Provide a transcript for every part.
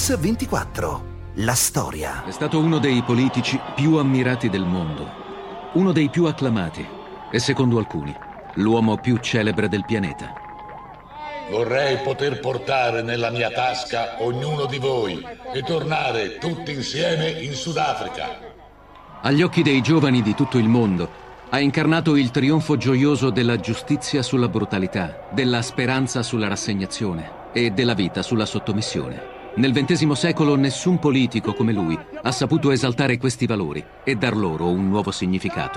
Mix24. La storia. È stato uno dei politici più ammirati del mondo, uno dei più acclamati e, secondo alcuni, l'uomo più celebre del pianeta. Vorrei poter portare nella mia tasca ognuno di voi e tornare tutti insieme in Sudafrica. Agli occhi dei giovani di tutto il mondo ha incarnato il trionfo gioioso della giustizia sulla brutalità, della speranza sulla rassegnazione e della vita sulla sottomissione. Nel XX secolo nessun politico come lui ha saputo esaltare questi valori e dar loro un nuovo significato.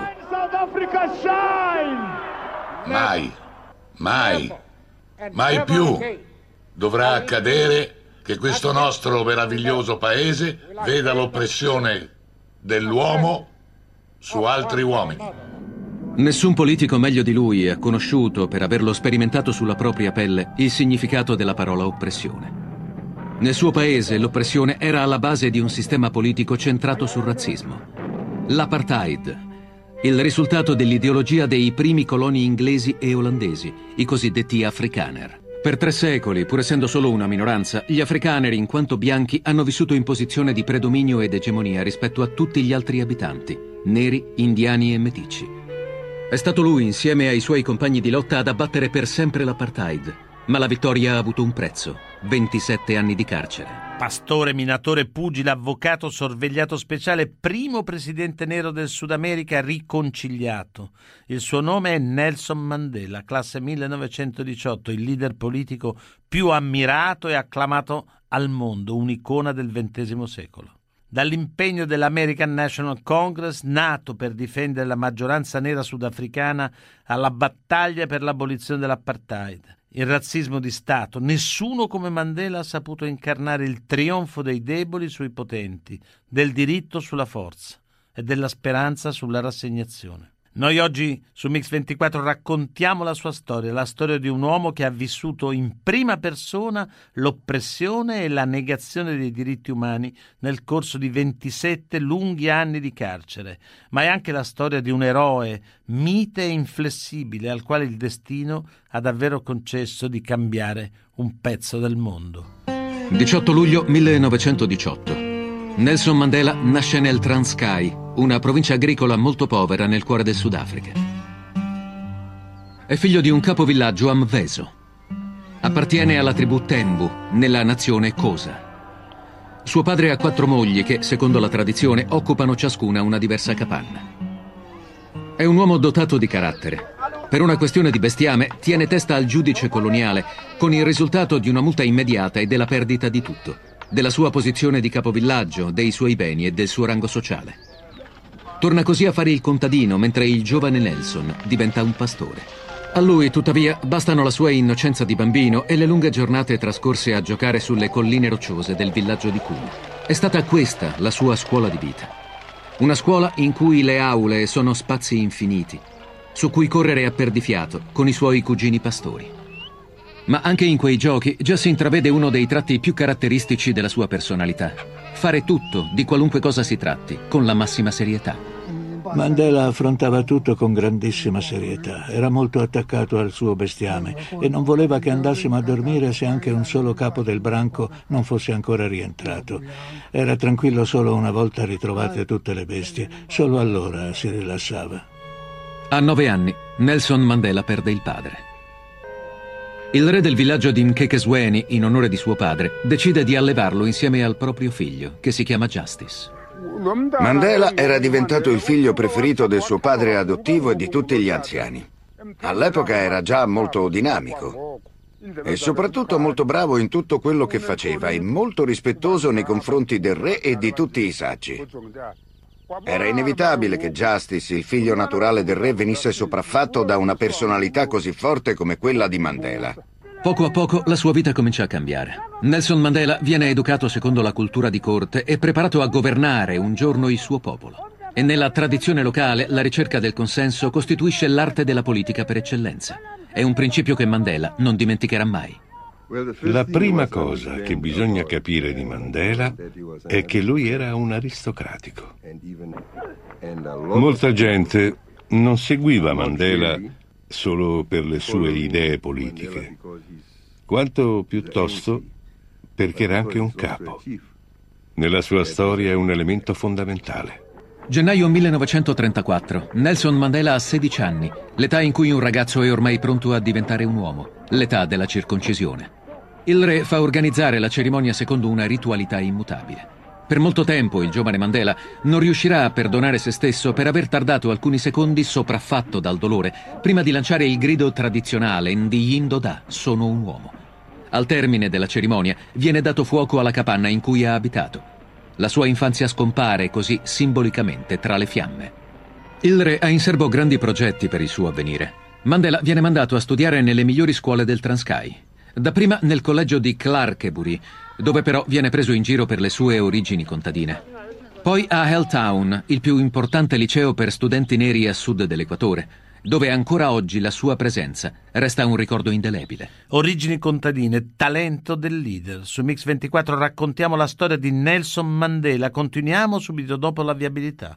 Mai più dovrà accadere che questo nostro meraviglioso paese veda l'oppressione dell'uomo su altri uomini. Nessun politico meglio di lui ha conosciuto, per averlo sperimentato sulla propria pelle, il significato della parola oppressione. Nel suo paese l'oppressione era alla base di un sistema politico centrato sul razzismo. L'apartheid, il risultato dell'ideologia dei primi coloni inglesi e olandesi, i cosiddetti Afrikaner. Per 3 secoli, pur essendo solo una minoranza, gli Afrikaner, in quanto bianchi, hanno vissuto in posizione di predominio ed egemonia rispetto a tutti gli altri abitanti, neri, indiani e meticci. È stato lui, insieme ai suoi compagni di lotta, ad abbattere per sempre l'apartheid. Ma la vittoria ha avuto un prezzo: 27 anni di carcere. Pastore, minatore, pugile, avvocato, sorvegliato speciale, primo presidente nero del Sud America riconciliato. Il suo nome è Nelson Mandela, classe 1918, il leader politico più ammirato e acclamato al mondo, un'icona del XX secolo. Dall'impegno dell'American National Congress, nato per difendere la maggioranza nera sudafricana, alla battaglia per l'abolizione dell'apartheid. Il razzismo di Stato. Nessuno come Mandela ha saputo incarnare il trionfo dei deboli sui potenti, del diritto sulla forza e della speranza sulla rassegnazione. Noi oggi su Mix24 raccontiamo la sua storia, la storia di un uomo che ha vissuto in prima persona l'oppressione e la negazione dei diritti umani nel corso di 27 lunghi anni di carcere, ma è anche la storia di un eroe mite e inflessibile al quale il destino ha davvero concesso di cambiare un pezzo del mondo. 18 luglio 1918. Nelson Mandela nasce nel Transkei, una provincia agricola molto povera nel cuore del Sudafrica. È figlio di un capovillaggio Amveso. Appartiene alla tribù Tembu, nella nazione Xhosa. Suo padre ha 4 mogli che, secondo la tradizione, occupano ciascuna una diversa capanna. È un uomo dotato di carattere. Per una questione di bestiame tiene testa al giudice coloniale, con il risultato di una multa immediata e della perdita di tutto: della sua posizione di capovillaggio, dei suoi beni e del suo rango sociale. Torna così a fare il contadino, mentre il giovane Nelson diventa un pastore. A lui, tuttavia, bastano la sua innocenza di bambino e le lunghe giornate trascorse a giocare sulle colline rocciose del villaggio di Kuma. È stata questa la sua scuola di vita. Una scuola in cui le aule sono spazi infiniti, su cui correre a perdifiato con i suoi cugini pastori. Ma anche in quei giochi già si intravede uno dei tratti più caratteristici della sua personalità: fare tutto, di qualunque cosa si tratti, con la massima serietà. Mandela affrontava tutto con grandissima serietà. Era molto attaccato al suo bestiame e non voleva che andassimo a dormire se anche un solo capo del branco non fosse ancora rientrato. Era tranquillo solo una volta ritrovate tutte le bestie. Solo allora si rilassava. A 9 anni, Nelson Mandela perde il padre. Il re del villaggio di Mkhekezweni, in onore di suo padre, decide di allevarlo insieme al proprio figlio, che si chiama Justice. Mandela era diventato il figlio preferito del suo padre adottivo e di tutti gli anziani. All'epoca era già molto dinamico e soprattutto molto bravo in tutto quello che faceva e molto rispettoso nei confronti del re e di tutti i saggi. Era inevitabile che Justice, il figlio naturale del re, venisse sopraffatto da una personalità così forte come quella di Mandela. Poco a poco la sua vita comincia a cambiare. Nelson Mandela viene educato secondo la cultura di corte e preparato a governare un giorno il suo popolo. E nella tradizione locale la ricerca del consenso costituisce l'arte della politica per eccellenza. È un principio che Mandela non dimenticherà mai. La prima cosa che bisogna capire di Mandela è che lui era un aristocratico. Molta gente non seguiva Mandela solo per le sue idee politiche, quanto piuttosto perché era anche un capo. Nella sua storia è un elemento fondamentale. Gennaio 1934. Nelson Mandela ha 16 anni, l'età in cui un ragazzo è ormai pronto a diventare un uomo, l'età della circoncisione. Il re fa organizzare la cerimonia secondo una ritualità immutabile. Per molto tempo il giovane Mandela non riuscirà a perdonare se stesso per aver tardato alcuni secondi sopraffatto dal dolore prima di lanciare il grido tradizionale Ndi Indo Da, sono un uomo. Al termine della cerimonia viene dato fuoco alla capanna in cui ha abitato. La sua infanzia scompare così simbolicamente tra le fiamme. Il re ha in serbo grandi progetti per il suo avvenire. Mandela viene mandato a studiare nelle migliori scuole del Transkei. Dapprima nel collegio di Clarkebury, dove però viene preso in giro per le sue origini contadine. Poi a Helltown, il più importante liceo per studenti neri a sud dell'equatore, dove ancora oggi la sua presenza resta un ricordo indelebile. Origini contadine, talento del leader. Su Mix24 raccontiamo la storia di Nelson Mandela. Continuiamo subito dopo la viabilità.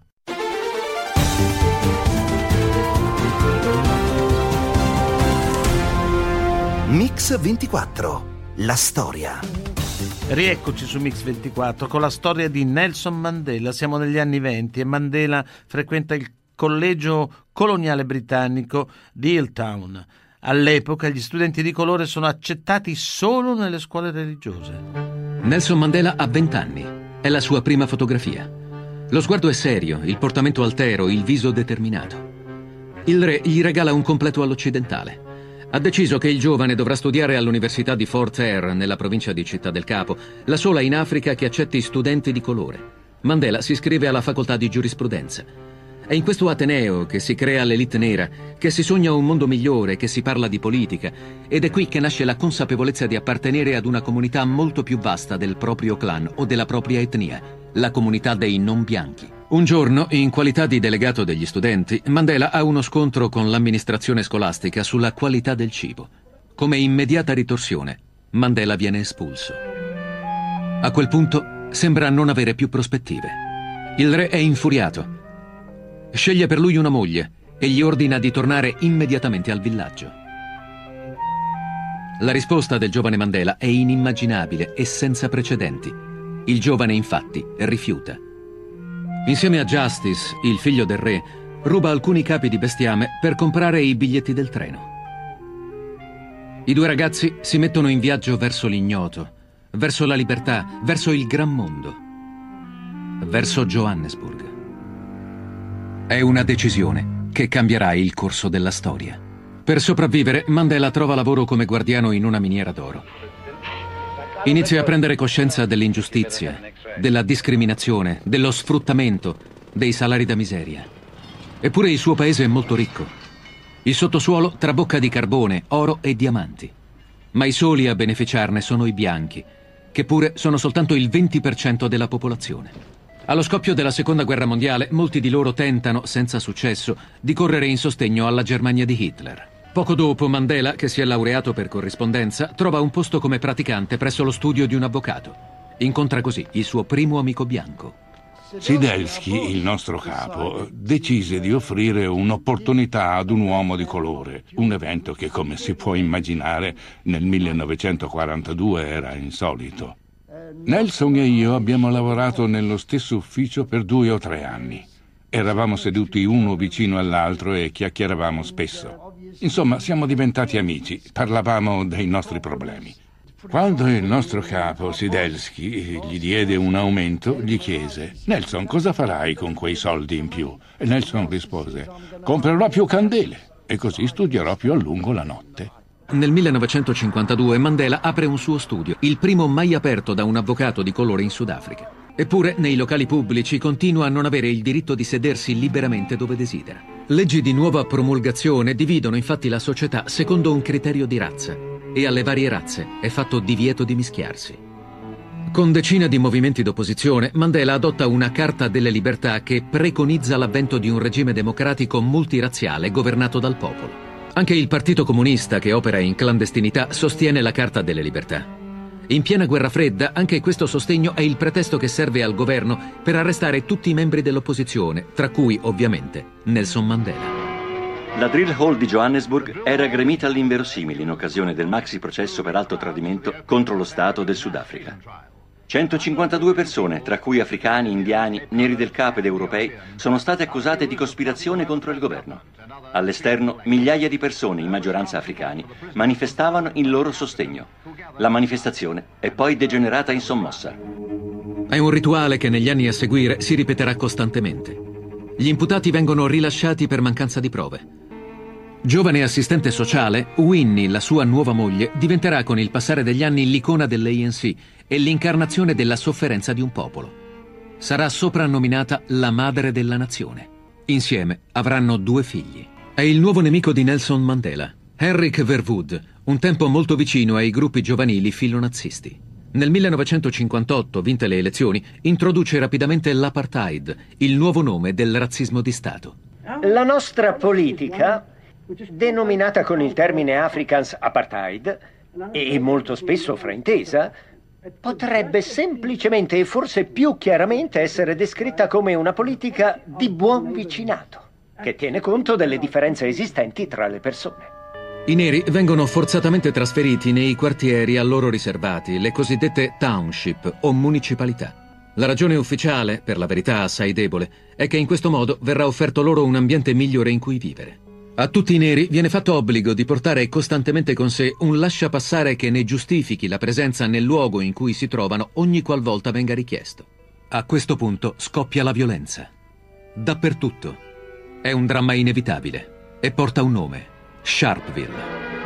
Mix24, la storia. Rieccoci su Mix24 con la storia di Nelson Mandela. Siamo negli anni 20 e Mandela frequenta il collegio coloniale britannico di Hilltown. All'epoca gli studenti di colore sono accettati solo nelle scuole religiose. Nelson Mandela ha 20 anni. È la sua prima fotografia. Lo sguardo è serio, il portamento altero, il viso determinato. Il re gli regala un completo all'occidentale. Ha deciso che il giovane dovrà studiare all'Università di Fort Hare, nella provincia di Città del Capo, la sola in Africa che accetti studenti di colore. Mandela si iscrive alla facoltà di giurisprudenza. È in questo ateneo che si crea l'elite nera, che si sogna un mondo migliore, che si parla di politica, ed è qui che nasce la consapevolezza di appartenere ad una comunità molto più vasta del proprio clan o della propria etnia, la comunità dei non bianchi. Un giorno, in qualità di delegato degli studenti, Mandela ha uno scontro con l'amministrazione scolastica sulla qualità del cibo. Come immediata ritorsione, Mandela viene espulso. A quel punto sembra non avere più prospettive. Il re è infuriato. Sceglie per lui una moglie e gli ordina di tornare immediatamente al villaggio. La risposta del giovane Mandela è inimmaginabile e senza precedenti. Il giovane, infatti, rifiuta. Insieme a Justice, il figlio del re, ruba alcuni capi di bestiame per comprare i biglietti del treno. I due ragazzi si mettono in viaggio verso l'ignoto, verso la libertà, verso il gran mondo, verso Johannesburg. È una decisione che cambierà il corso della storia. Per sopravvivere, Mandela trova lavoro come guardiano in una miniera d'oro. Inizia a prendere coscienza dell'ingiustizia, della discriminazione, dello sfruttamento, dei salari da miseria. Eppure il suo paese è molto ricco. Il sottosuolo trabocca di carbone, oro e diamanti. Ma i soli a beneficiarne sono i bianchi, che pure sono soltanto il 20% della popolazione. Allo scoppio della Seconda Guerra Mondiale, molti di loro tentano, senza successo, di correre in sostegno alla Germania di Hitler. Poco dopo, Mandela, che si è laureato per corrispondenza, trova un posto come praticante presso lo studio di un avvocato. Incontra così il suo primo amico bianco. Sidelsky, il nostro capo, decise di offrire un'opportunità ad un uomo di colore, un evento che, come si può immaginare, nel 1942 era insolito. Nelson e io abbiamo lavorato nello stesso ufficio per 2 o 3 anni. Eravamo seduti uno vicino all'altro e chiacchieravamo spesso. Insomma, siamo diventati amici, parlavamo dei nostri problemi. Quando il nostro capo, Sidelsky, gli diede un aumento, gli chiese: «Nelson, cosa farai con quei soldi in più?» E Nelson rispose: «Comprerò più candele e così studierò più a lungo la notte». Nel 1952 Mandela apre un suo studio, il primo mai aperto da un avvocato di colore in Sudafrica. Eppure nei locali pubblici continua a non avere il diritto di sedersi liberamente dove desidera. Leggi di nuova promulgazione dividono infatti la società secondo un criterio di razza e alle varie razze è fatto divieto di mischiarsi. Con decine di movimenti d'opposizione, Mandela adotta una Carta delle Libertà che preconizza l'avvento di un regime democratico multirazziale governato dal popolo. Anche il Partito Comunista, che opera in clandestinità, sostiene la Carta delle Libertà. In piena guerra fredda, anche questo sostegno è il pretesto che serve al governo per arrestare tutti i membri dell'opposizione, tra cui, ovviamente, Nelson Mandela. La Drill Hall di Johannesburg era gremita all'inverosimile in occasione del maxi processo per alto tradimento contro lo Stato del Sudafrica. 152 persone, tra cui africani, indiani, neri del Capo ed europei, sono state accusate di cospirazione contro il governo. All'esterno, migliaia di persone, in maggioranza africani, manifestavano il loro sostegno. La manifestazione è poi degenerata in sommossa. È un rituale che negli anni a seguire si ripeterà costantemente. Gli imputati vengono rilasciati per mancanza di prove. Giovane assistente sociale, Winnie, la sua nuova moglie, diventerà con il passare degli anni l'icona dell'ANC e l'incarnazione della sofferenza di un popolo. Sarà soprannominata la madre della nazione. Insieme avranno 2 figli. È il nuovo nemico di Nelson Mandela, Hendrik Verwoerd, un tempo molto vicino ai gruppi giovanili filonazzisti. Nel 1958, vinte le elezioni, introduce rapidamente l'apartheid, il nuovo nome del razzismo di Stato. La nostra politica, denominata con il termine Afrikaans Apartheid, e molto spesso fraintesa, potrebbe semplicemente e forse più chiaramente essere descritta come una politica di buon vicinato, che tiene conto delle differenze esistenti tra le persone. I neri vengono forzatamente trasferiti nei quartieri a loro riservati, le cosiddette township o municipalità. La ragione ufficiale, per la verità assai debole, è che in questo modo verrà offerto loro un ambiente migliore in cui vivere. A tutti i neri viene fatto obbligo di portare costantemente con sé un lasciapassare che ne giustifichi la presenza nel luogo in cui si trovano ogni qualvolta venga richiesto. A questo punto scoppia la violenza. Dappertutto. È un dramma inevitabile e porta un nome: Sharpeville.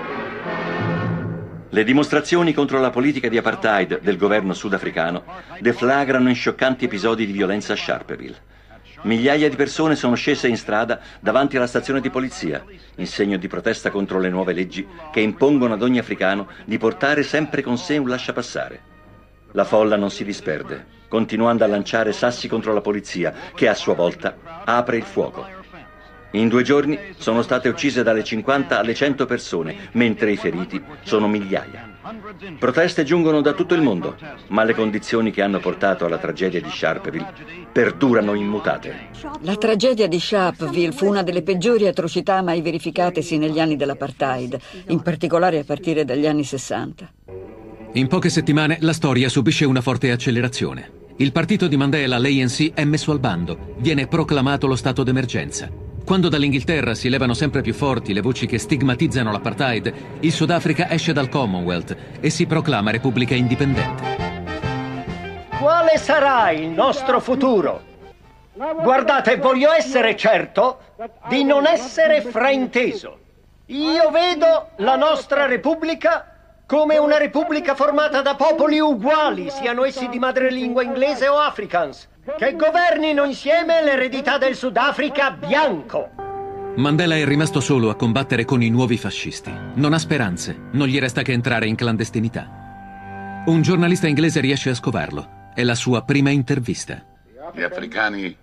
Le dimostrazioni contro la politica di apartheid del governo sudafricano deflagrano in scioccanti episodi di violenza a Sharpeville. Migliaia di persone sono scese in strada davanti alla stazione di polizia, in segno di protesta contro le nuove leggi che impongono ad ogni africano di portare sempre con sé un lasciapassare. La folla non si disperde, continuando a lanciare sassi contro la polizia, che a sua volta apre il fuoco. In 2 giorni sono state uccise dalle 50 alle 100 persone, mentre i feriti sono migliaia. Proteste giungono da tutto il mondo, ma le condizioni che hanno portato alla tragedia di Sharpeville perdurano immutate. La tragedia di Sharpeville fu una delle peggiori atrocità mai verificatesi negli anni dell'apartheid, in particolare a partire dagli anni 60. In poche settimane la storia subisce una forte accelerazione. Il partito di Mandela, l'ANC, è messo al bando, viene proclamato lo stato d'emergenza. Quando dall'Inghilterra si levano sempre più forti le voci che stigmatizzano l'apartheid, il Sudafrica esce dal Commonwealth e si proclama repubblica indipendente. Quale sarà il nostro futuro? Guardate, voglio essere certo di non essere frainteso. Io vedo la nostra repubblica come una repubblica formata da popoli uguali, siano essi di madrelingua inglese o afrikaans, che governino insieme l'eredità del Sudafrica bianco. Mandela è rimasto solo a combattere con i nuovi fascisti. Non ha speranze, non gli resta che entrare in clandestinità. Un giornalista inglese riesce a scovarlo. È la sua prima intervista. Gli africani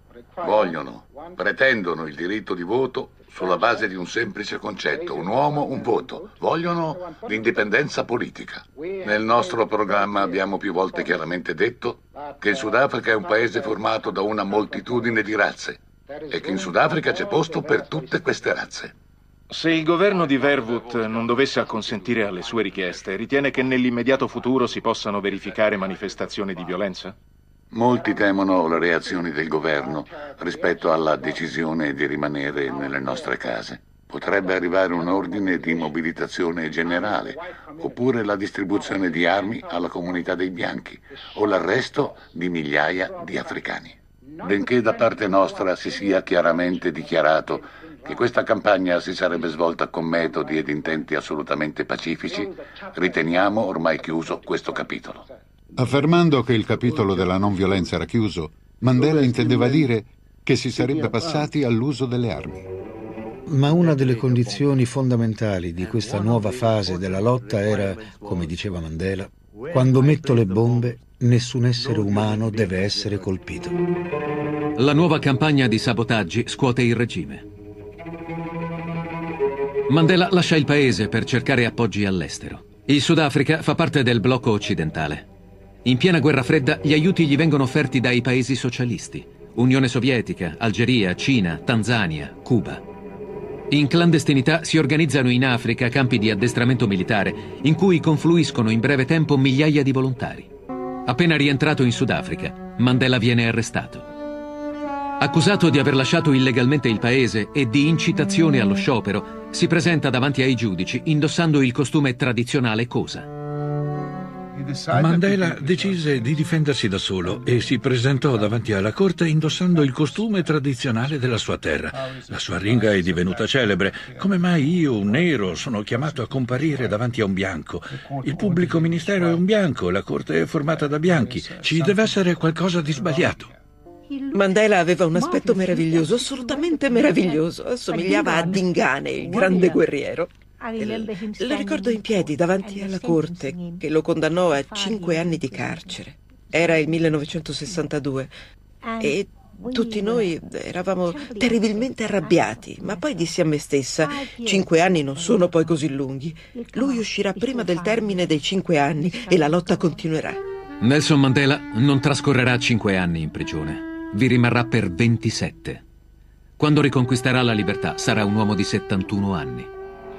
pretendono il diritto di voto sulla base di un semplice concetto: un uomo, un voto. Vogliono l'indipendenza politica. Nel nostro programma abbiamo più volte chiaramente detto che il Sudafrica è un paese formato da una moltitudine di razze e che in Sudafrica c'è posto per tutte queste razze. Se il governo di Verwoerd non dovesse acconsentire alle sue richieste, ritiene che nell'immediato futuro si possano verificare manifestazioni di violenza? Molti temono le reazioni del governo rispetto alla decisione di rimanere nelle nostre case. Potrebbe arrivare un ordine di mobilitazione generale, oppure la distribuzione di armi alla comunità dei bianchi, o l'arresto di migliaia di africani. Benché da parte nostra si sia chiaramente dichiarato che questa campagna si sarebbe svolta con metodi ed intenti assolutamente pacifici, riteniamo ormai chiuso questo capitolo. Affermando che il capitolo della non violenza era chiuso, Mandela intendeva dire che si sarebbe passati all'uso delle armi. Ma una delle condizioni fondamentali di questa nuova fase della lotta era, come diceva Mandela, quando metto le bombe, nessun essere umano deve essere colpito. La nuova campagna di sabotaggi scuote il regime. Mandela lascia il paese per cercare appoggi all'estero. Il Sudafrica fa parte del blocco occidentale. In piena guerra fredda gli aiuti gli vengono offerti dai paesi socialisti: Unione Sovietica, Algeria, Cina, Tanzania, Cuba. In clandestinità si organizzano in Africa campi di addestramento militare in cui confluiscono in breve tempo migliaia di volontari. Appena rientrato in Sudafrica, Mandela viene arrestato. Accusato di aver lasciato illegalmente il paese e di incitazione allo sciopero, si presenta davanti ai giudici indossando il costume tradizionale Xhosa. Mandela decise di difendersi da solo e si presentò davanti alla corte indossando il costume tradizionale della sua terra. La sua ringa è divenuta celebre. Come mai io, un nero, sono chiamato a comparire davanti a un bianco? Il pubblico ministero è un bianco, la corte è formata da bianchi. Ci deve essere qualcosa di sbagliato. Mandela aveva un aspetto meraviglioso, assolutamente meraviglioso. Assomigliava a Dingane, il grande guerriero. Lo ricordo in piedi davanti alla corte, che lo condannò a 5 anni di carcere. Era il 1962 e tutti noi eravamo terribilmente arrabbiati, ma poi dissi a me stessa: 5 anni non sono poi così lunghi. Lui uscirà prima del termine dei 5 anni e la lotta continuerà. Nelson Mandela non trascorrerà 5 anni in prigione, vi rimarrà per 27. Quando riconquisterà la libertà sarà un uomo di 71 anni.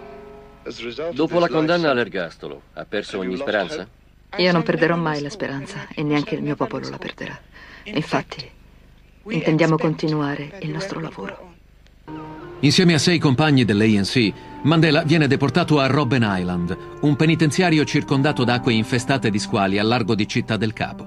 Dopo la condanna all'ergastolo, ha perso ogni speranza? Io non perderò mai la speranza e neanche il mio popolo la perderà. Infatti, intendiamo continuare il nostro lavoro. Insieme a 6 compagni dell'ANC, Mandela viene deportato a Robben Island, un penitenziario circondato da acque infestate di squali al largo di Città del Capo.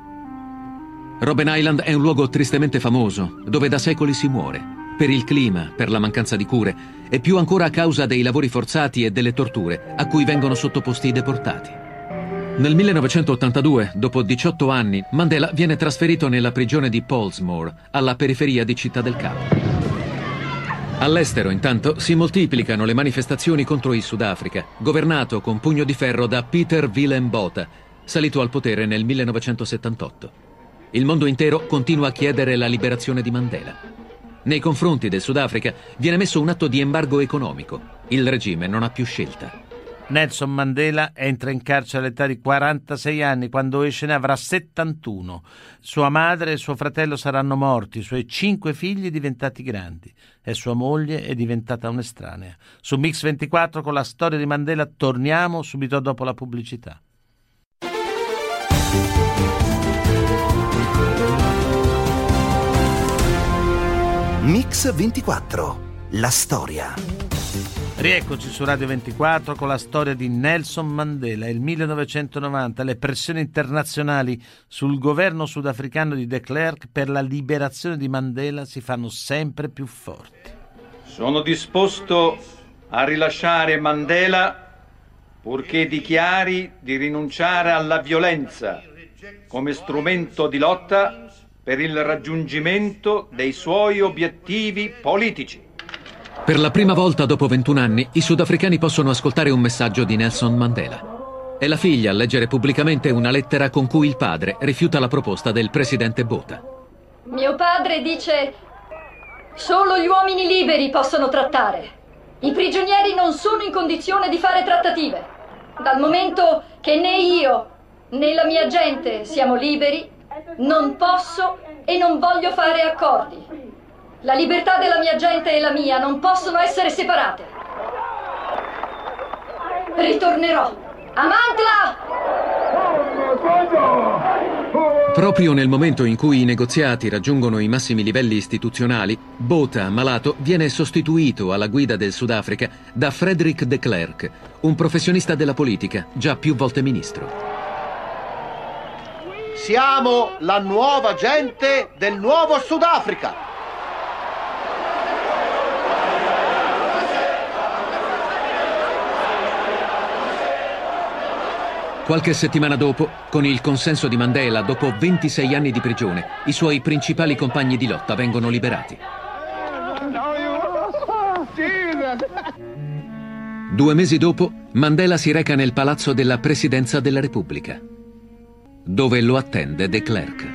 Robben Island è un luogo tristemente famoso, dove da secoli si muore. Per il clima, per la mancanza di cure e più ancora a causa dei lavori forzati e delle torture a cui vengono sottoposti i deportati. Nel 1982, dopo 18 anni, Mandela viene trasferito nella prigione di Pollsmoor, alla periferia di Città del Capo. All'estero, intanto, si moltiplicano le manifestazioni contro il Sudafrica, governato con pugno di ferro da Peter Willem Botha, salito al potere nel 1978. Il mondo intero continua a chiedere la liberazione di Mandela. Nei confronti del Sudafrica viene messo un atto di embargo economico. Il regime non ha più scelta. Nelson Mandela entra in carcere all'età di 46 anni, quando esce ne avrà 71. Sua madre e suo fratello saranno morti, i suoi 5 figli diventati grandi e sua moglie è diventata un'estranea. Su Mix 24 con la storia di Mandela torniamo subito dopo la pubblicità. Mix 24, la storia. Rieccoci su Radio 24 con la storia di Nelson Mandela. Il 1990, le pressioni internazionali sul governo sudafricano di de Klerk per la liberazione di Mandela si fanno sempre più forti. Sono disposto a rilasciare Mandela purché dichiari di rinunciare alla violenza come strumento di lotta per il raggiungimento dei suoi obiettivi politici. Per la prima volta dopo 21 anni, i sudafricani possono ascoltare un messaggio di Nelson Mandela. È la figlia a leggere pubblicamente una lettera con cui il padre rifiuta la proposta del presidente Botha. Mio padre dice: solo gli uomini liberi possono trattare. I prigionieri non sono in condizione di fare trattative. Dal momento che né io né la mia gente siamo liberi, non posso e non voglio fare accordi. La libertà della mia gente e la mia non possono essere separate. Ritornerò a Mantla! Proprio nel momento in cui i negoziati raggiungono i massimi livelli istituzionali, Botha, malato, viene sostituito alla guida del Sudafrica da Frederick de Klerk, un professionista della politica, già più volte ministro. Siamo la nuova gente del nuovo Sudafrica. Qualche settimana dopo, con il consenso di Mandela, dopo 26 anni di prigione, i suoi principali compagni di lotta vengono liberati. 2 mesi dopo, Mandela si reca nel palazzo della Presidenza della Repubblica, dove lo attende de Klerk.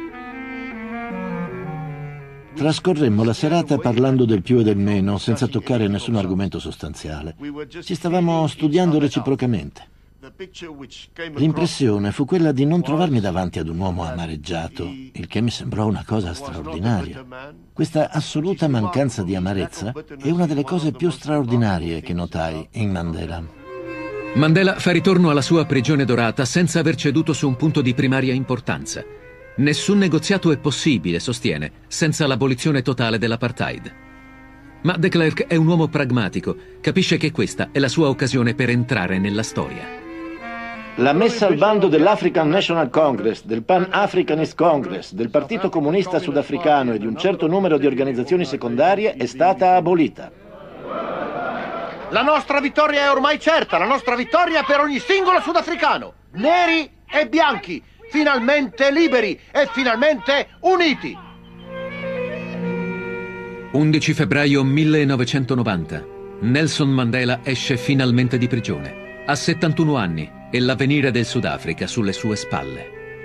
Trascorremmo la serata parlando del più e del meno, senza toccare nessun argomento sostanziale. Ci stavamo studiando reciprocamente. L'impressione fu quella di non trovarmi davanti ad un uomo amareggiato, il che mi sembrò una cosa straordinaria. Questa assoluta mancanza di amarezza è una delle cose più straordinarie che notai in Mandela. Mandela fa ritorno alla sua prigione dorata senza aver ceduto su un punto di primaria importanza. Nessun negoziato è possibile, sostiene, senza l'abolizione totale dell'apartheid. Ma de Klerk è un uomo pragmatico, capisce che questa è la sua occasione per entrare nella storia. La messa al bando dell'African National Congress, del Pan-Africanist Congress, del Partito Comunista Sudafricano e di un certo numero di organizzazioni secondarie è stata abolita. La nostra vittoria è ormai certa, la nostra vittoria per ogni singolo sudafricano, neri e bianchi, finalmente liberi e finalmente uniti. 11 febbraio 1990. Nelson Mandela esce finalmente di prigione. Ha 71 anni e l'avvenire del Sudafrica sulle sue spalle.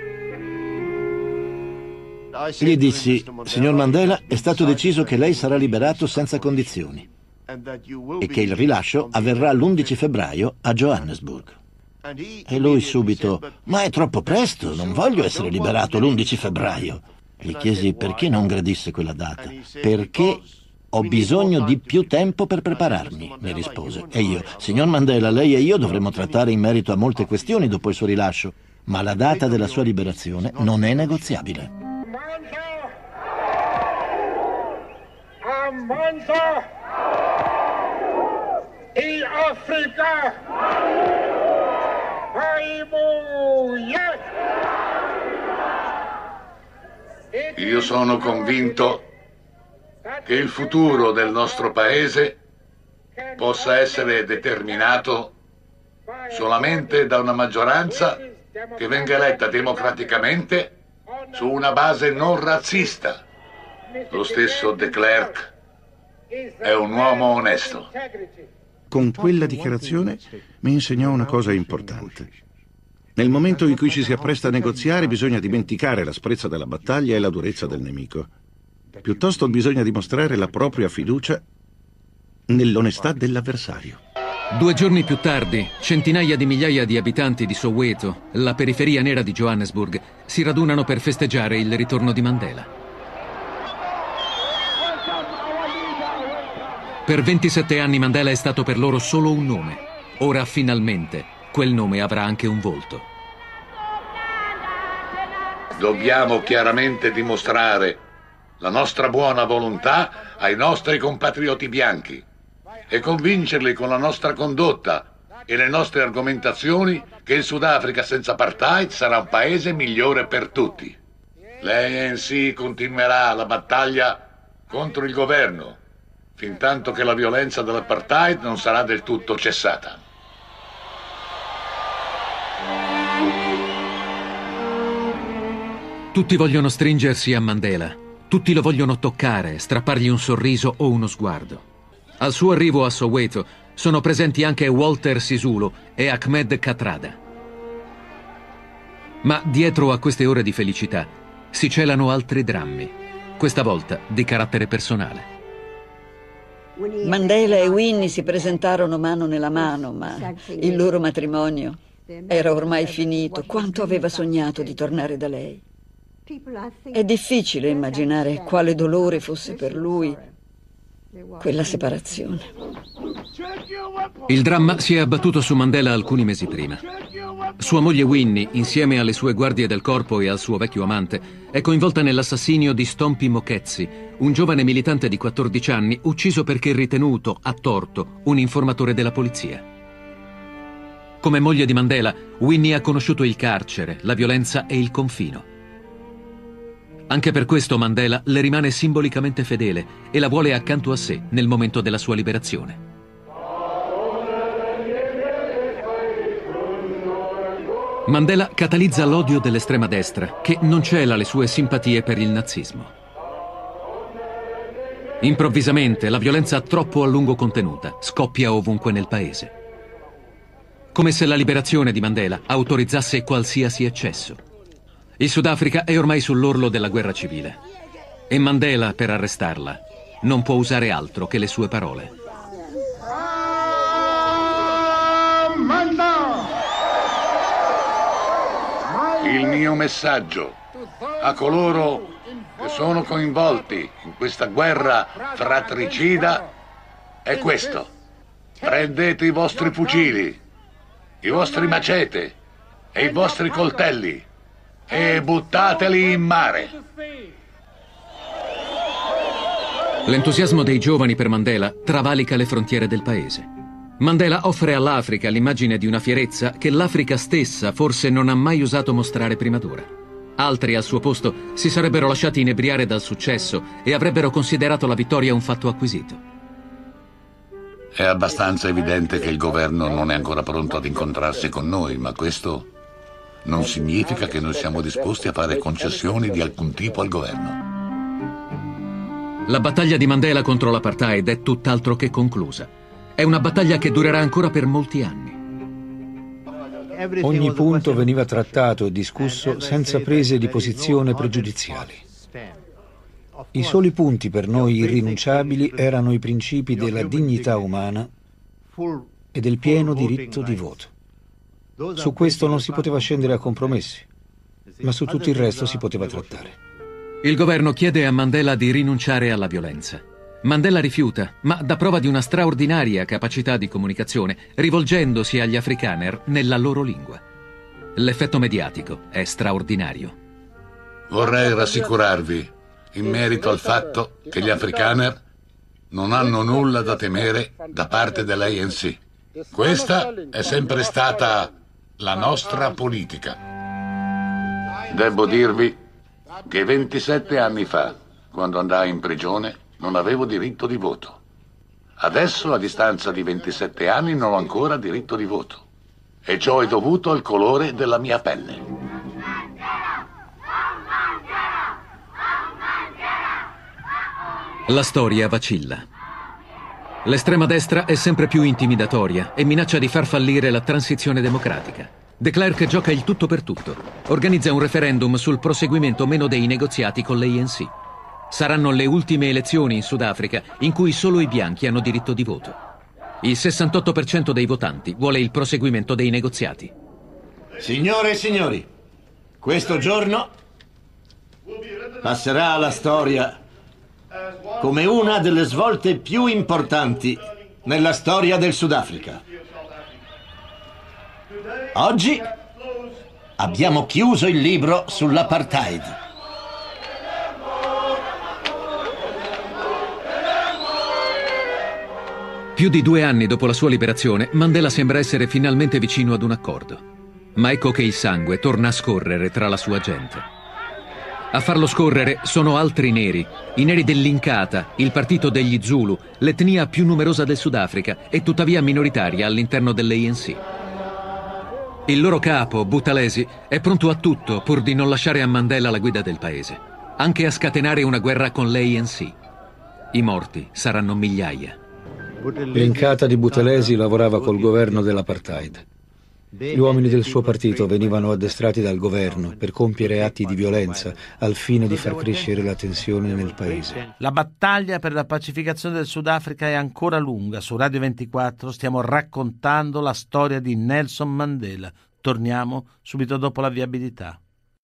Gli dissi: signor Mandela, è stato deciso che lei sarà liberato senza condizioni e che il rilascio avverrà l'11 febbraio a Johannesburg. E lui subito: ma è troppo presto, non voglio essere liberato l'11 febbraio. Gli chiesi perché non gradisse quella data. Perché ho bisogno di più tempo per prepararmi, mi rispose. E io: signor Mandela, lei e io dovremo trattare in merito a molte questioni dopo il suo rilascio, ma la data della sua liberazione non è negoziabile. Amanza in Africa. Io sono convinto che il futuro del nostro paese possa essere determinato solamente da una maggioranza che venga eletta democraticamente su una base non razzista. Lo stesso de Klerk è un uomo onesto. Con quella dichiarazione mi insegnò una cosa importante. Nel momento in cui ci si appresta a negoziare bisogna dimenticare l'asprezza della battaglia e la durezza del nemico. Piuttosto bisogna dimostrare la propria fiducia nell'onestà dell'avversario. 2 giorni più tardi, centinaia di migliaia di abitanti di Soweto, la periferia nera di Johannesburg, si radunano per festeggiare il ritorno di Mandela. Per 27 anni Mandela è stato per loro solo un nome. Ora finalmente quel nome avrà anche un volto. Dobbiamo chiaramente dimostrare la nostra buona volontà ai nostri compatrioti bianchi e convincerli con la nostra condotta e le nostre argomentazioni che il Sudafrica senza apartheid sarà un paese migliore per tutti. L'ANC continuerà la battaglia contro il governo fintanto che la violenza dell'apartheid non sarà del tutto cessata. Tutti vogliono stringersi a Mandela. Tutti lo vogliono toccare, strappargli un sorriso o uno sguardo. Al suo arrivo a Soweto sono presenti anche Walter Sisulu e Ahmed Kathrada. Ma dietro a queste ore di felicità si celano altri drammi, questa volta di carattere personale. Mandela e Winnie si presentarono mano nella mano, ma il loro matrimonio era ormai finito. Quanto aveva sognato di tornare da lei. È difficile immaginare quale dolore fosse per lui quella separazione. Il dramma si è abbattuto su Mandela alcuni mesi prima. Sua moglie Winnie, insieme alle sue guardie del corpo e al suo vecchio amante, è coinvolta nell'assassinio di Stompie Moketsi, un giovane militante di 14 anni ucciso perché ritenuto, a torto, un informatore della polizia. Come moglie di Mandela, Winnie ha conosciuto il carcere, la violenza e il confino. Anche per questo Mandela le rimane simbolicamente fedele e la vuole accanto a sé nel momento della sua liberazione. Mandela catalizza l'odio dell'estrema destra, che non cela le sue simpatie per il nazismo. Improvvisamente la violenza troppo a lungo contenuta scoppia ovunque nel paese. Come se la liberazione di Mandela autorizzasse qualsiasi eccesso. Il Sudafrica è ormai sull'orlo della guerra civile e Mandela, per arrestarla, non può usare altro che le sue parole. mio messaggio a coloro che sono coinvolti in questa guerra fratricida è questo: prendete i vostri fucili, i vostri macete e i vostri coltelli e buttateli in mare. L'entusiasmo dei giovani per Mandela travalica le frontiere del paese. Mandela offre all'Africa l'immagine di una fierezza che l'Africa stessa forse non ha mai osato mostrare prima d'ora. Altri al suo posto si sarebbero lasciati inebriare dal successo e avrebbero considerato la vittoria un fatto acquisito. È abbastanza evidente che il governo non è ancora pronto ad incontrarsi con noi, ma questo non significa che noi siamo disposti a fare concessioni di alcun tipo al governo. La battaglia di Mandela contro l'apartheid è tutt'altro che conclusa. È una battaglia che durerà ancora per molti anni. Ogni punto veniva trattato e discusso senza prese di posizione pregiudiziali. I soli punti per noi irrinunciabili erano i principi della dignità umana e del pieno diritto di voto. Su questo non si poteva scendere a compromessi, ma su tutto il resto si poteva trattare. Il governo chiede a Mandela di rinunciare alla violenza. Mandela rifiuta, ma dà prova di una straordinaria capacità di comunicazione, rivolgendosi agli Afrikaner nella loro lingua. L'effetto mediatico è straordinario. Vorrei rassicurarvi in merito al fatto che gli Afrikaner non hanno nulla da temere da parte dell'ANC. Questa è sempre stata la nostra politica. Devo dirvi che 27 anni fa, quando andai in prigione, non avevo diritto di voto. Adesso, a distanza di 27 anni, non ho ancora diritto di voto. E ciò è dovuto al colore della mia pelle. La storia vacilla. L'estrema destra è sempre più intimidatoria e minaccia di far fallire la transizione democratica. De Klerk gioca il tutto per tutto. Organizza un referendum sul proseguimento o meno dei negoziati con l'ANC. Saranno le ultime elezioni in Sudafrica in cui solo i bianchi hanno diritto di voto. Il 68% dei votanti vuole il proseguimento dei negoziati. Signore e signori, questo giorno passerà alla storia come una delle svolte più importanti nella storia del Sudafrica. Oggi abbiamo chiuso il libro sull'apartheid. Più di 2 anni dopo la sua liberazione, Mandela sembra essere finalmente vicino ad un accordo. Ma ecco che il sangue torna a scorrere tra la sua gente. A farlo scorrere sono altri neri, i neri dell'Inkatha, il partito degli Zulu, l'etnia più numerosa del Sudafrica e tuttavia minoritaria all'interno dell'ANC. Il loro capo, Buthelezi, è pronto a tutto pur di non lasciare a Mandela la guida del paese, anche a scatenare una guerra con l'ANC. I morti saranno migliaia. L'Inkatha di Buthelezi lavorava col governo dell'apartheid. Gli uomini del suo partito venivano addestrati dal governo per compiere atti di violenza al fine di far crescere la tensione nel paese. La battaglia per la pacificazione del Sudafrica è ancora lunga. Su Radio 24 stiamo raccontando la storia di Nelson Mandela. Torniamo subito dopo la viabilità.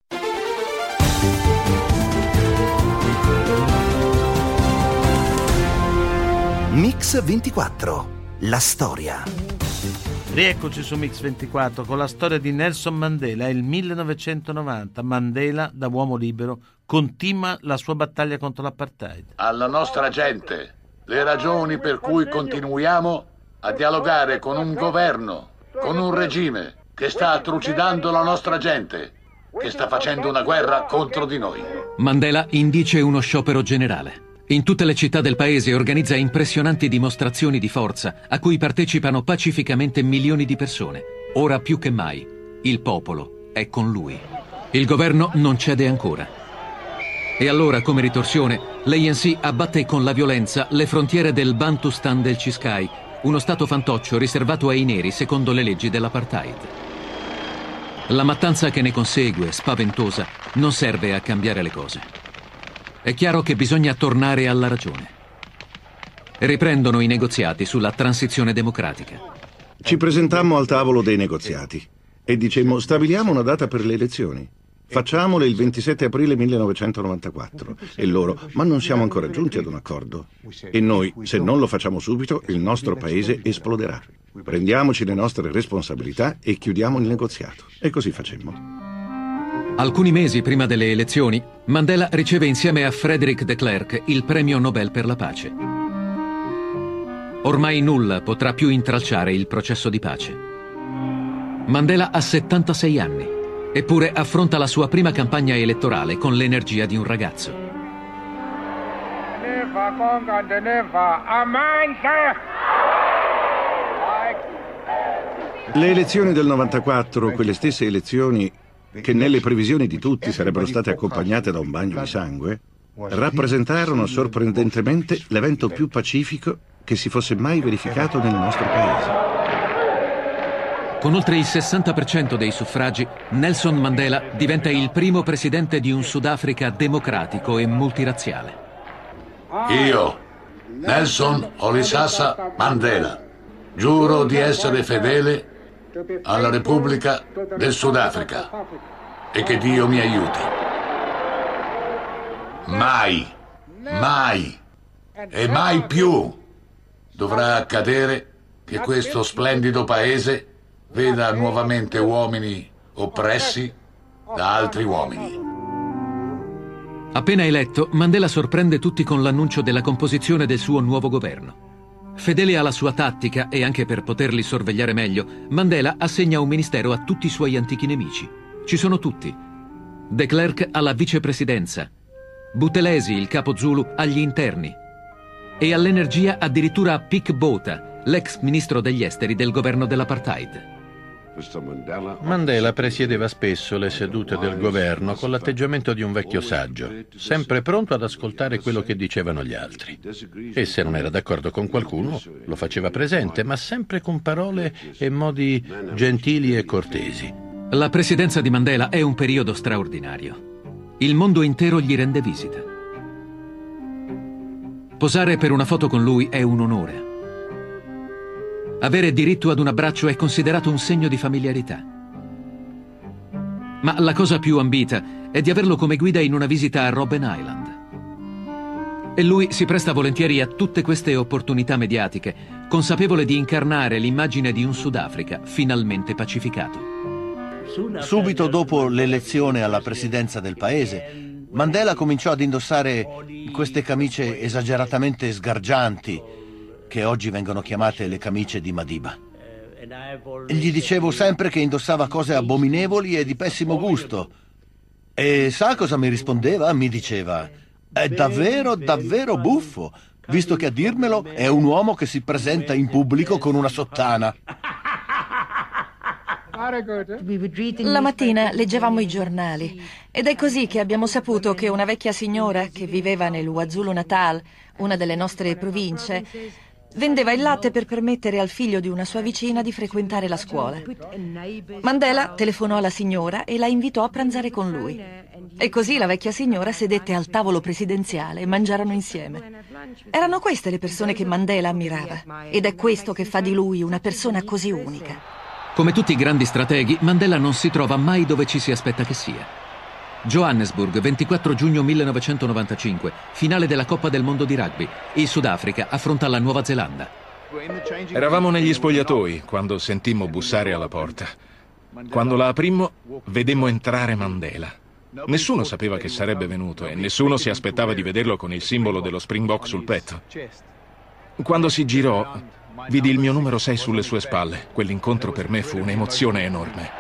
Mix 24, la storia. Rieccoci su Mix 24 con la storia di Nelson Mandela. È il 1990. Mandela, da uomo libero, continua la sua battaglia contro l'apartheid. Alla nostra gente, le ragioni per cui continuiamo a dialogare con un governo, con un regime che sta trucidando la nostra gente, che sta facendo una guerra contro di noi. Mandela indice uno sciopero generale. In tutte le città del paese organizza impressionanti dimostrazioni di forza a cui partecipano pacificamente milioni di persone. Ora più che mai, il popolo è con lui. Il governo non cede ancora. E allora, come ritorsione, l'ANC abbatte con la violenza le frontiere del Bantustan del Ciskei, uno stato fantoccio riservato ai neri secondo le leggi dell'apartheid. La mattanza che ne consegue, spaventosa, non serve a cambiare le cose. È chiaro che bisogna tornare alla ragione. Riprendono i negoziati sulla transizione democratica. Ci presentammo al tavolo dei negoziati e dicemmo: stabiliamo una data per le elezioni. Facciamole il 27 aprile 1994. E loro, ma non siamo ancora giunti ad un accordo. E noi, se non lo facciamo subito, il nostro paese esploderà. Prendiamoci le nostre responsabilità e chiudiamo il negoziato. E così facemmo. Alcuni mesi prima delle elezioni, Mandela riceve insieme a Frédéric de Klerk il premio Nobel per la pace. Ormai nulla potrà più intralciare il processo di pace. Mandela ha 76 anni, eppure affronta la sua prima campagna elettorale con l'energia di un ragazzo. Le elezioni del 94, quelle stesse elezioni che nelle previsioni di tutti sarebbero state accompagnate da un bagno di sangue, rappresentarono sorprendentemente l'evento più pacifico che si fosse mai verificato nel nostro paese. Con oltre il 60% dei suffragi, Nelson Mandela diventa il primo presidente di un Sudafrica democratico e multirazziale. Io, Nelson Olisasa Mandela, giuro di essere fedele alla Repubblica del Sudafrica e che Dio mi aiuti. Mai, mai e mai più dovrà accadere che questo splendido paese veda nuovamente uomini oppressi da altri uomini. Appena eletto, Mandela sorprende tutti con l'annuncio della composizione del suo nuovo governo. Fedele alla sua tattica e anche per poterli sorvegliare meglio, Mandela assegna un ministero a tutti i suoi antichi nemici. Ci sono tutti. De Klerk alla vicepresidenza, Buthelezi, il capo Zulu, agli interni e all'energia addirittura a Pik Botha, l'ex ministro degli esteri del governo dell'apartheid. Mandela presiedeva spesso le sedute del governo con l'atteggiamento di un vecchio saggio, sempre pronto ad ascoltare quello che dicevano gli altri. E se non era d'accordo con qualcuno, lo faceva presente, ma sempre con parole e modi gentili e cortesi. La presidenza di Mandela è un periodo straordinario. Il mondo intero gli rende visita. Posare per una foto con lui è un onore. Avere diritto ad un abbraccio è considerato un segno di familiarità. Ma la cosa più ambita è di averlo come guida in una visita a Robben Island. E lui si presta volentieri a tutte queste opportunità mediatiche, consapevole di incarnare l'immagine di un Sudafrica finalmente pacificato. Subito dopo l'elezione alla presidenza del paese, Mandela cominciò ad indossare queste camicie esageratamente sgargianti, che oggi vengono chiamate le camicie di Madiba. Gli dicevo sempre che indossava cose abominevoli e di pessimo gusto. E sa cosa mi rispondeva? Mi diceva: è davvero, davvero buffo, visto che a dirmelo è un uomo che si presenta in pubblico con una sottana. La mattina leggevamo i giornali ed è così che abbiamo saputo che una vecchia signora che viveva nel KwaZulu-Natal, una delle nostre province, vendeva il latte per permettere al figlio di una sua vicina di frequentare la scuola. Mandela telefonò alla signora e la invitò a pranzare con lui. E così la vecchia signora sedette al tavolo presidenziale e mangiarono insieme. Erano queste le persone che Mandela ammirava, ed è questo che fa di lui una persona così unica. Come tutti i grandi strateghi, Mandela non si trova mai dove ci si aspetta che sia. Johannesburg, 24 giugno 1995, finale della Coppa del Mondo di rugby. Il Sudafrica affronta la Nuova Zelanda. Eravamo negli spogliatoi quando sentimmo bussare alla porta. Quando la aprimmo, vedemmo entrare Mandela. Nessuno sapeva che sarebbe venuto e nessuno si aspettava di vederlo con il simbolo dello Springbok sul petto. Quando si girò, vidi il mio numero 6 sulle sue spalle. Quell'incontro per me fu un'emozione enorme.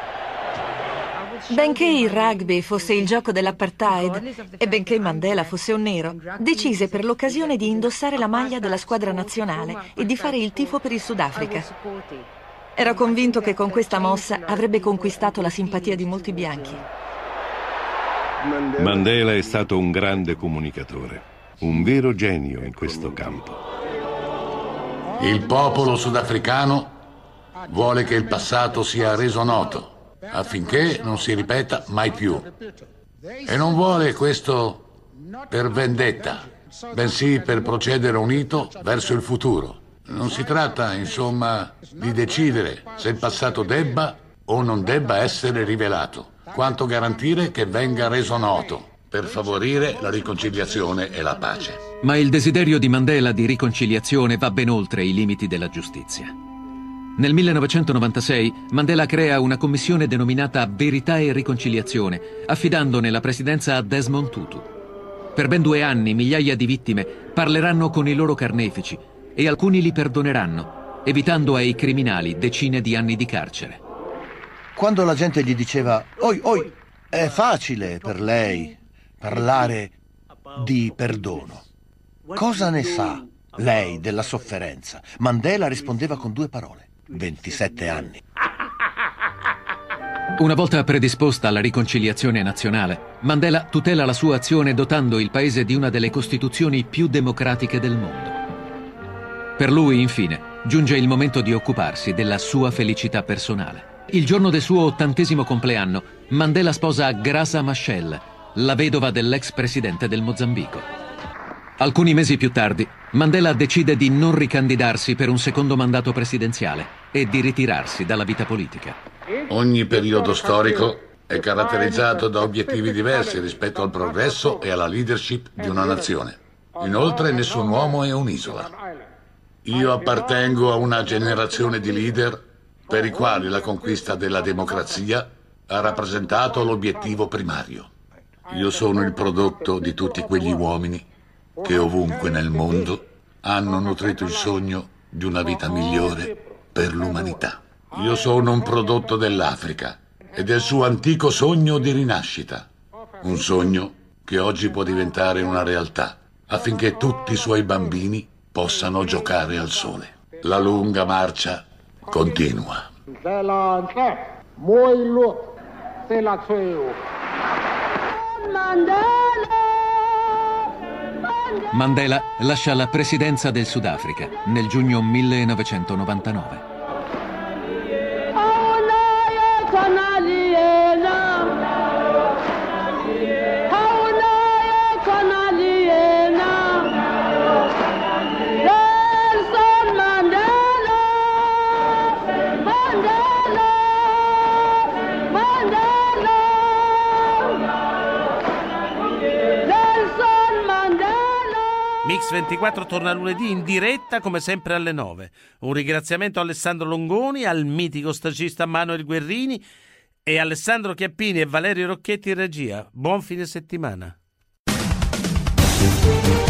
Benché il rugby fosse il gioco dell'apartheid e benché Mandela fosse un nero, decise per l'occasione di indossare la maglia della squadra nazionale e di fare il tifo per il Sudafrica. Era convinto che con questa mossa avrebbe conquistato la simpatia di molti bianchi. Mandela è stato un grande comunicatore, un vero genio in questo campo. Il popolo sudafricano vuole che il passato sia reso noto, affinché non si ripeta mai più. E non vuole questo per vendetta, bensì per procedere unito verso il futuro. Non si tratta, insomma, di decidere se il passato debba o non debba essere rivelato, quanto garantire che venga reso noto, per favorire la riconciliazione e la pace. Ma il desiderio di Mandela di riconciliazione va ben oltre i limiti della giustizia. Nel 1996 Mandela crea una commissione denominata Verità e Riconciliazione, affidandone la presidenza a Desmond Tutu. Per ben 2 anni migliaia di vittime parleranno con i loro carnefici e alcuni li perdoneranno, evitando ai criminali decine di anni di carcere. Quando la gente gli diceva «Oi, oi, è facile per lei parlare di perdono. Cosa ne sa lei della sofferenza?» Mandela rispondeva con 2 parole: 27 anni. Una volta predisposta alla riconciliazione nazionale, Mandela tutela la sua azione dotando il paese di una delle costituzioni più democratiche del mondo. Per lui, infine, giunge il momento di occuparsi della sua felicità personale. Il giorno del suo 80° compleanno, Mandela sposa Graça Machel, la vedova dell'ex presidente del Mozambico. Alcuni mesi più tardi, Mandela decide di non ricandidarsi per un secondo mandato presidenziale e di ritirarsi dalla vita politica. Ogni periodo storico è caratterizzato da obiettivi diversi rispetto al progresso e alla leadership di una nazione. Inoltre, nessun uomo è un'isola. Io appartengo a una generazione di leader per i quali la conquista della democrazia ha rappresentato l'obiettivo primario. Io sono il prodotto di tutti quegli uomini che ovunque nel mondo hanno nutrito il sogno di una vita migliore per l'umanità. Io sono un prodotto dell'Africa e del suo antico sogno di rinascita, un sogno che oggi può diventare una realtà affinché tutti i suoi bambini possano giocare al sole. La lunga marcia continua. Mandela lascia la presidenza del Sudafrica nel giugno 1999. Mix 24 torna lunedì in diretta come sempre alle 9. Un ringraziamento a Alessandro Longoni, al mitico stagista Manuel Guerrini e Alessandro Chiappini e Valerio Rocchetti in regia. Buon fine settimana.